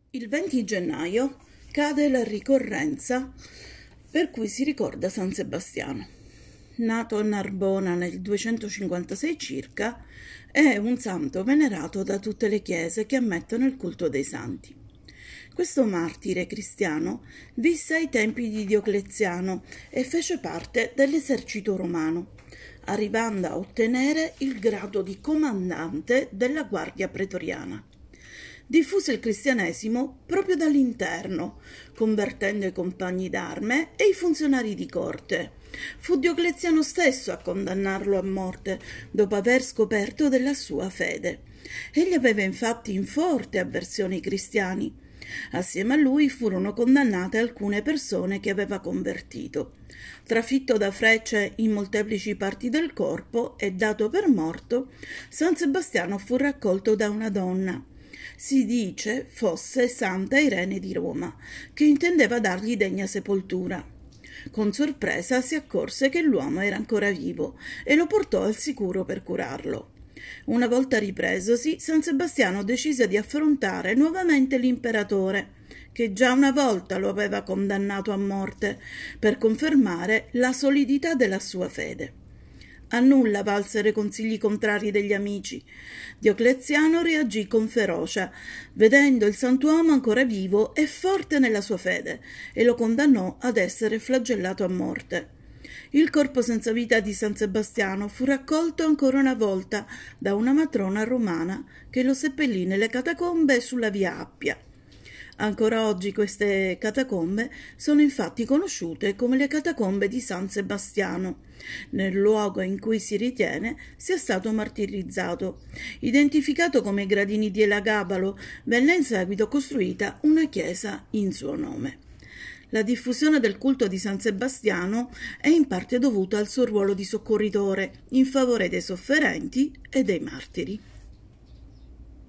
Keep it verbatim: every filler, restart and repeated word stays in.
Il venti gennaio cade la ricorrenza per cui si ricorda San Sebastiano. Nato a Narbona nel duecentocinquantasei circa, è un santo venerato da tutte le chiese che ammettono il culto dei santi. Questo martire cristiano visse ai tempi di Diocleziano e fece parte dell'esercito romano, arrivando a ottenere il grado di comandante della Guardia Pretoriana. Diffuse il cristianesimo proprio dall'interno, convertendo i compagni d'arme e i funzionari di corte. Fu Diocleziano stesso a condannarlo a morte dopo aver scoperto della sua fede. Egli aveva infatti in forte avversione ai cristiani. Assieme a lui furono condannate alcune persone che aveva convertito. Trafitto da frecce in molteplici parti del corpo e dato per morto, San Sebastiano fu raccolto da una donna. Si dice fosse Santa Irene di Roma, che intendeva dargli degna sepoltura. Con sorpresa si accorse che l'uomo era ancora vivo e lo portò al sicuro per curarlo. Una volta ripresosi, San Sebastiano decise di affrontare nuovamente l'imperatore, che già una volta lo aveva condannato a morte, per confermare la solidità della sua fede. A nulla valsero i consigli contrari degli amici. Diocleziano reagì con ferocia, vedendo il santuomo ancora vivo e forte nella sua fede, e lo condannò ad essere flagellato a morte. Il corpo senza vita di San Sebastiano fu raccolto ancora una volta da una matrona romana che lo seppellì nelle catacombe sulla via Appia. Ancora oggi queste catacombe sono infatti conosciute come le catacombe di San Sebastiano, nel luogo in cui si ritiene sia stato martirizzato. Identificato come Gradini di Elagabalo, venne in seguito costruita una chiesa in suo nome. La diffusione del culto di San Sebastiano è in parte dovuta al suo ruolo di soccorritore in favore dei sofferenti e dei martiri.